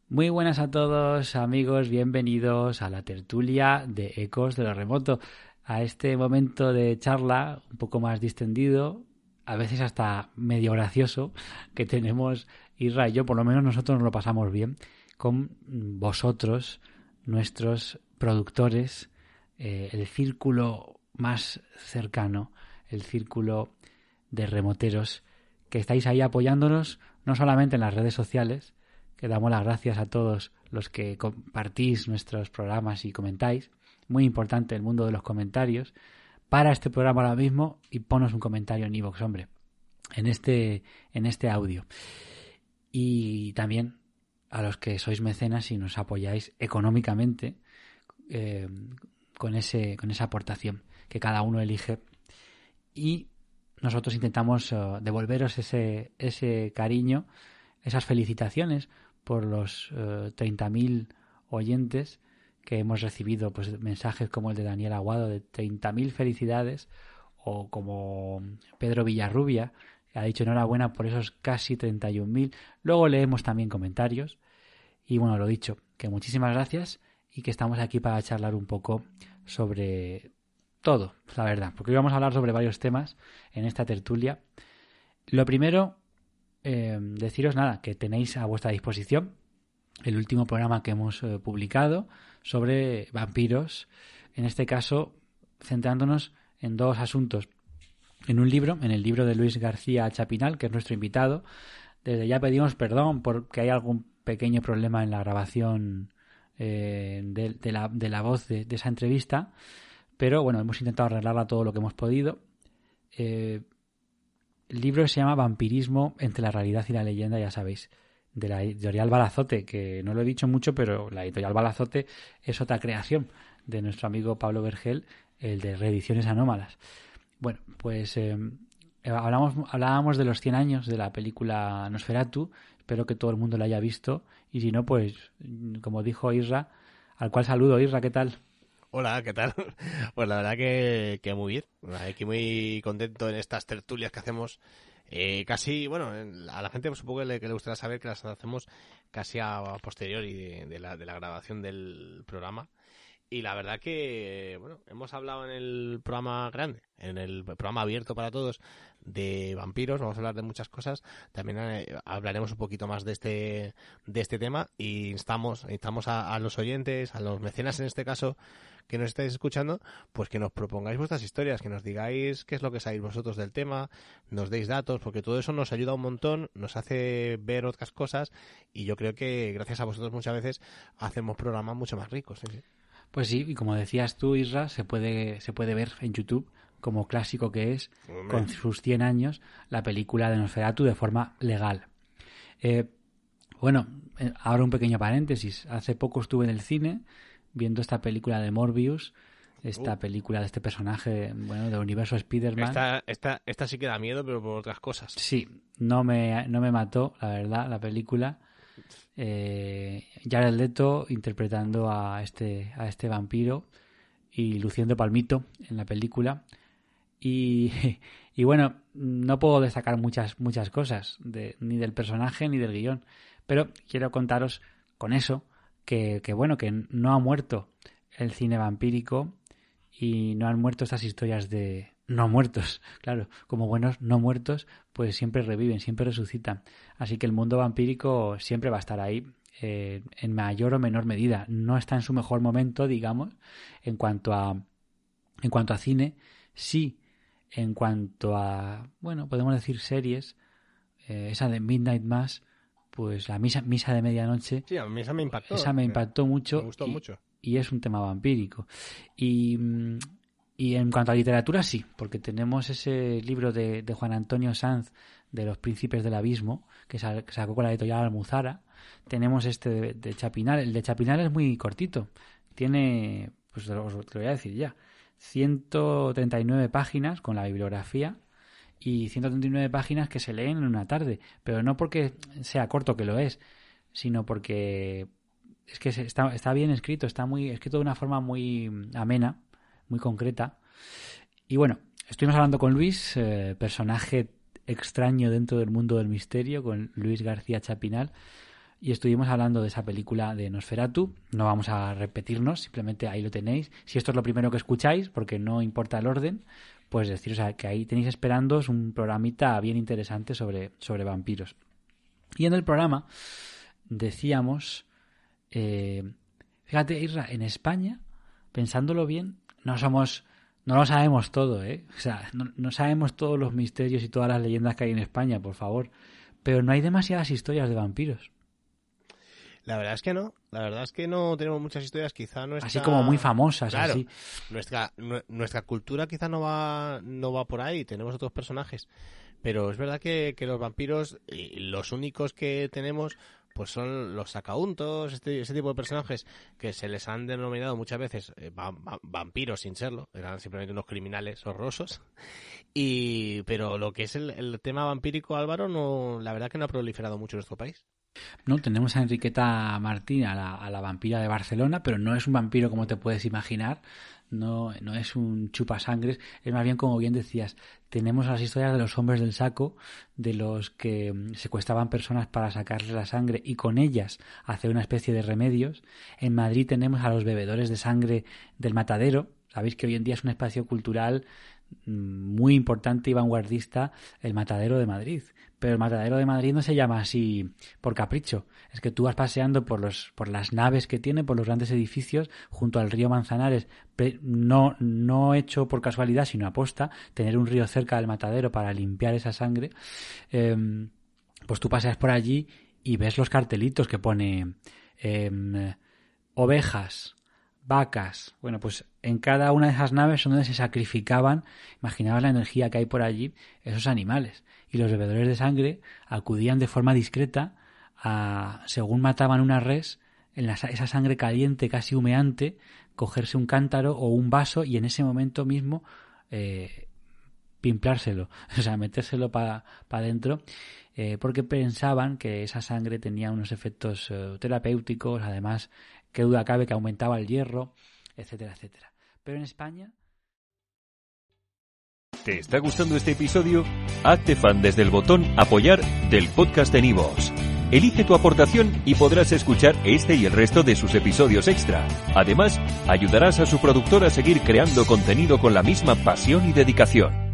Muy buenas a todos, amigos, bienvenidos a la tertulia de Ecos de lo Remoto, a este momento de charla un poco más distendido, a veces hasta medio gracioso, que tenemos Isra y yo, por lo menos nosotros nos lo pasamos bien, con vosotros, nuestros productores, el círculo más cercano, el círculo de remoteros, que estáis ahí apoyándonos, no solamente en las redes sociales, que damos las gracias a todos los que compartís nuestros programas y comentáis. Muy importante el mundo de los comentarios. Para este programa ahora mismo y ponos un comentario en iVoox, hombre, en este audio. Y también a los que sois mecenas y nos apoyáis económicamente con esa aportación que cada uno elige. Y nosotros intentamos devolveros ese cariño, esas felicitaciones por los 30.000 oyentes que hemos recibido, pues mensajes como el de Daniel Aguado de 30.000 felicidades, o como Pedro Villarrubia, que ha dicho enhorabuena por esos casi 31.000. Luego leemos también comentarios y bueno, lo dicho, que muchísimas gracias y que estamos aquí para charlar un poco sobre todo, la verdad, porque hoy vamos a hablar sobre varios temas en esta tertulia. Lo primero, deciros nada, que tenéis a vuestra disposición el último programa que hemos publicado sobre vampiros, en este caso centrándonos en dos asuntos. En un libro, en el libro de Luis García Chapinal, que es nuestro invitado. Desde ya pedimos perdón porque hay algún pequeño problema en la grabación de la voz de esa entrevista, pero bueno, hemos intentado arreglarla todo lo que hemos podido. El libro se llama Vampirismo entre la realidad y la leyenda, ya sabéis, de la editorial Balazote, que no lo he dicho mucho, pero la editorial Balazote es otra creación de nuestro amigo Pablo Vergel, el de Reediciones Anómalas. Bueno, pues hablábamos de los 100 años de la película Nosferatu. Espero que todo el mundo la haya visto, y si no, pues como dijo Isra, al cual saludo. Isra, ¿qué tal? Hola, ¿qué tal? Pues la verdad que muy bien, aquí muy contento en estas tertulias que hacemos, casi, bueno, a la gente supongo que le gustará saber que las hacemos casi a posteriori de la grabación del programa. Y la verdad que, bueno, hemos hablado en el programa grande, en el programa abierto para todos, de vampiros. Vamos a hablar de muchas cosas. También hablaremos un poquito más de este tema, y instamos a los oyentes, a los mecenas en este caso, que nos estáis escuchando, pues que nos propongáis vuestras historias, que nos digáis qué es lo que sabéis vosotros del tema, nos deis datos, porque todo eso nos ayuda un montón, nos hace ver otras cosas, y yo creo que gracias a vosotros muchas veces hacemos programas mucho más ricos. ¿Sí? Pues sí, y como decías tú, Isra, se puede ver en YouTube, como clásico que es, con sus 100 años, la película de Nosferatu de forma legal. Bueno, ahora un pequeño paréntesis. Hace poco estuve en el cine viendo esta película de Morbius, esta película de este personaje, bueno, del universo Spider-Man. Esta sí que da miedo, pero por otras cosas. Sí, no me mató, la verdad, la película. Jared Leto interpretando a este vampiro y luciendo palmito en la película, y bueno, no puedo destacar muchas cosas ni del personaje ni del guión, pero quiero contaros con eso que bueno, que no ha muerto el cine vampírico y no han muerto estas historias de no muertos, claro, como buenos no muertos, pues siempre reviven, siempre resucitan. Así que el mundo vampírico siempre va a estar ahí, en mayor o menor medida. No está en su mejor momento, digamos, en cuanto a cine. Sí, en cuanto a, bueno, podemos decir series, esa de Midnight Mass, pues la misa de medianoche. Sí, a mí esa me impactó. Esa me impactó mucho. Me gustó mucho. Y es un tema vampírico. Y en cuanto a literatura, sí, porque tenemos ese libro de Juan Antonio Sanz, de Los Príncipes del Abismo, que sacó con la editorial Almuzara. Tenemos este de Chapinal. El de Chapinal es muy cortito. Tiene, pues te lo voy a decir ya, 139 páginas con la bibliografía, y 139 páginas que se leen en una tarde. Pero no porque sea corto, que lo es, sino porque es que está bien escrito, está muy escrito de una forma muy amena, muy concreta. Y bueno, estuvimos hablando con Luis, personaje extraño dentro del mundo del misterio, con Luis García Chapinal. y estuvimos hablando de esa película de Nosferatu. No vamos a repetirnos, simplemente ahí lo tenéis. Si esto es lo primero que escucháis, porque no importa el orden, pues deciros que ahí tenéis esperándoos un programita bien interesante sobre vampiros. Y en el programa decíamos, fíjate, Isra, en España, pensándolo bien, no lo sabemos todo, O sea, no sabemos todos los misterios y todas las leyendas que hay en España, por favor. Pero no hay demasiadas historias de vampiros. La verdad es que no. La verdad es que no tenemos muchas historias, quizá nuestra... Así como muy famosas, claro, así. Nuestra cultura quizá no va por ahí, tenemos otros personajes. Pero es verdad que los vampiros, los únicos que tenemos, pues son los sacauntos, ese tipo de personajes que se les han denominado muchas veces vampiros sin serlo, eran simplemente unos criminales horrorosos. Pero lo que es el tema vampírico, Álvaro, no, la verdad que no ha proliferado mucho en nuestro país. No, tenemos a Enriqueta Martín, a la vampira de Barcelona, pero no es un vampiro como te puedes imaginar, no es un chupasangres, es más bien, como bien decías, tenemos las historias de los hombres del saco, de los que secuestraban personas para sacarles la sangre y con ellas hacer una especie de remedios. En Madrid tenemos a los bebedores de sangre del Matadero. Sabéis que hoy en día es un espacio cultural muy importante y vanguardista, el Matadero de Madrid. Pero el Matadero de Madrid no se llama así por capricho. Es que tú vas paseando por las naves que tiene, por los grandes edificios, junto al río Manzanares, no hecho por casualidad, sino aposta, tener un río cerca del Matadero para limpiar esa sangre. Pues tú paseas por allí y ves los cartelitos que pone ovejas, vacas. Bueno, pues en cada una de esas naves son donde se sacrificaban, imaginabas la energía que hay por allí, esos animales. Y los bebedores de sangre acudían de forma discreta según mataban una res, esa sangre caliente, casi humeante, cogerse un cántaro o un vaso y en ese momento mismo pimplárselo, o sea, metérselo para adentro, porque pensaban que esa sangre tenía unos efectos terapéuticos, además, qué duda cabe que aumentaba el hierro, etcétera, etcétera. Pero en España... ¿Te está gustando este episodio? Hazte fan desde el botón Apoyar del podcast de Nivos. Elige tu aportación y podrás escuchar este y el resto de sus episodios extra. Además, ayudarás a su productor a seguir creando contenido con la misma pasión y dedicación.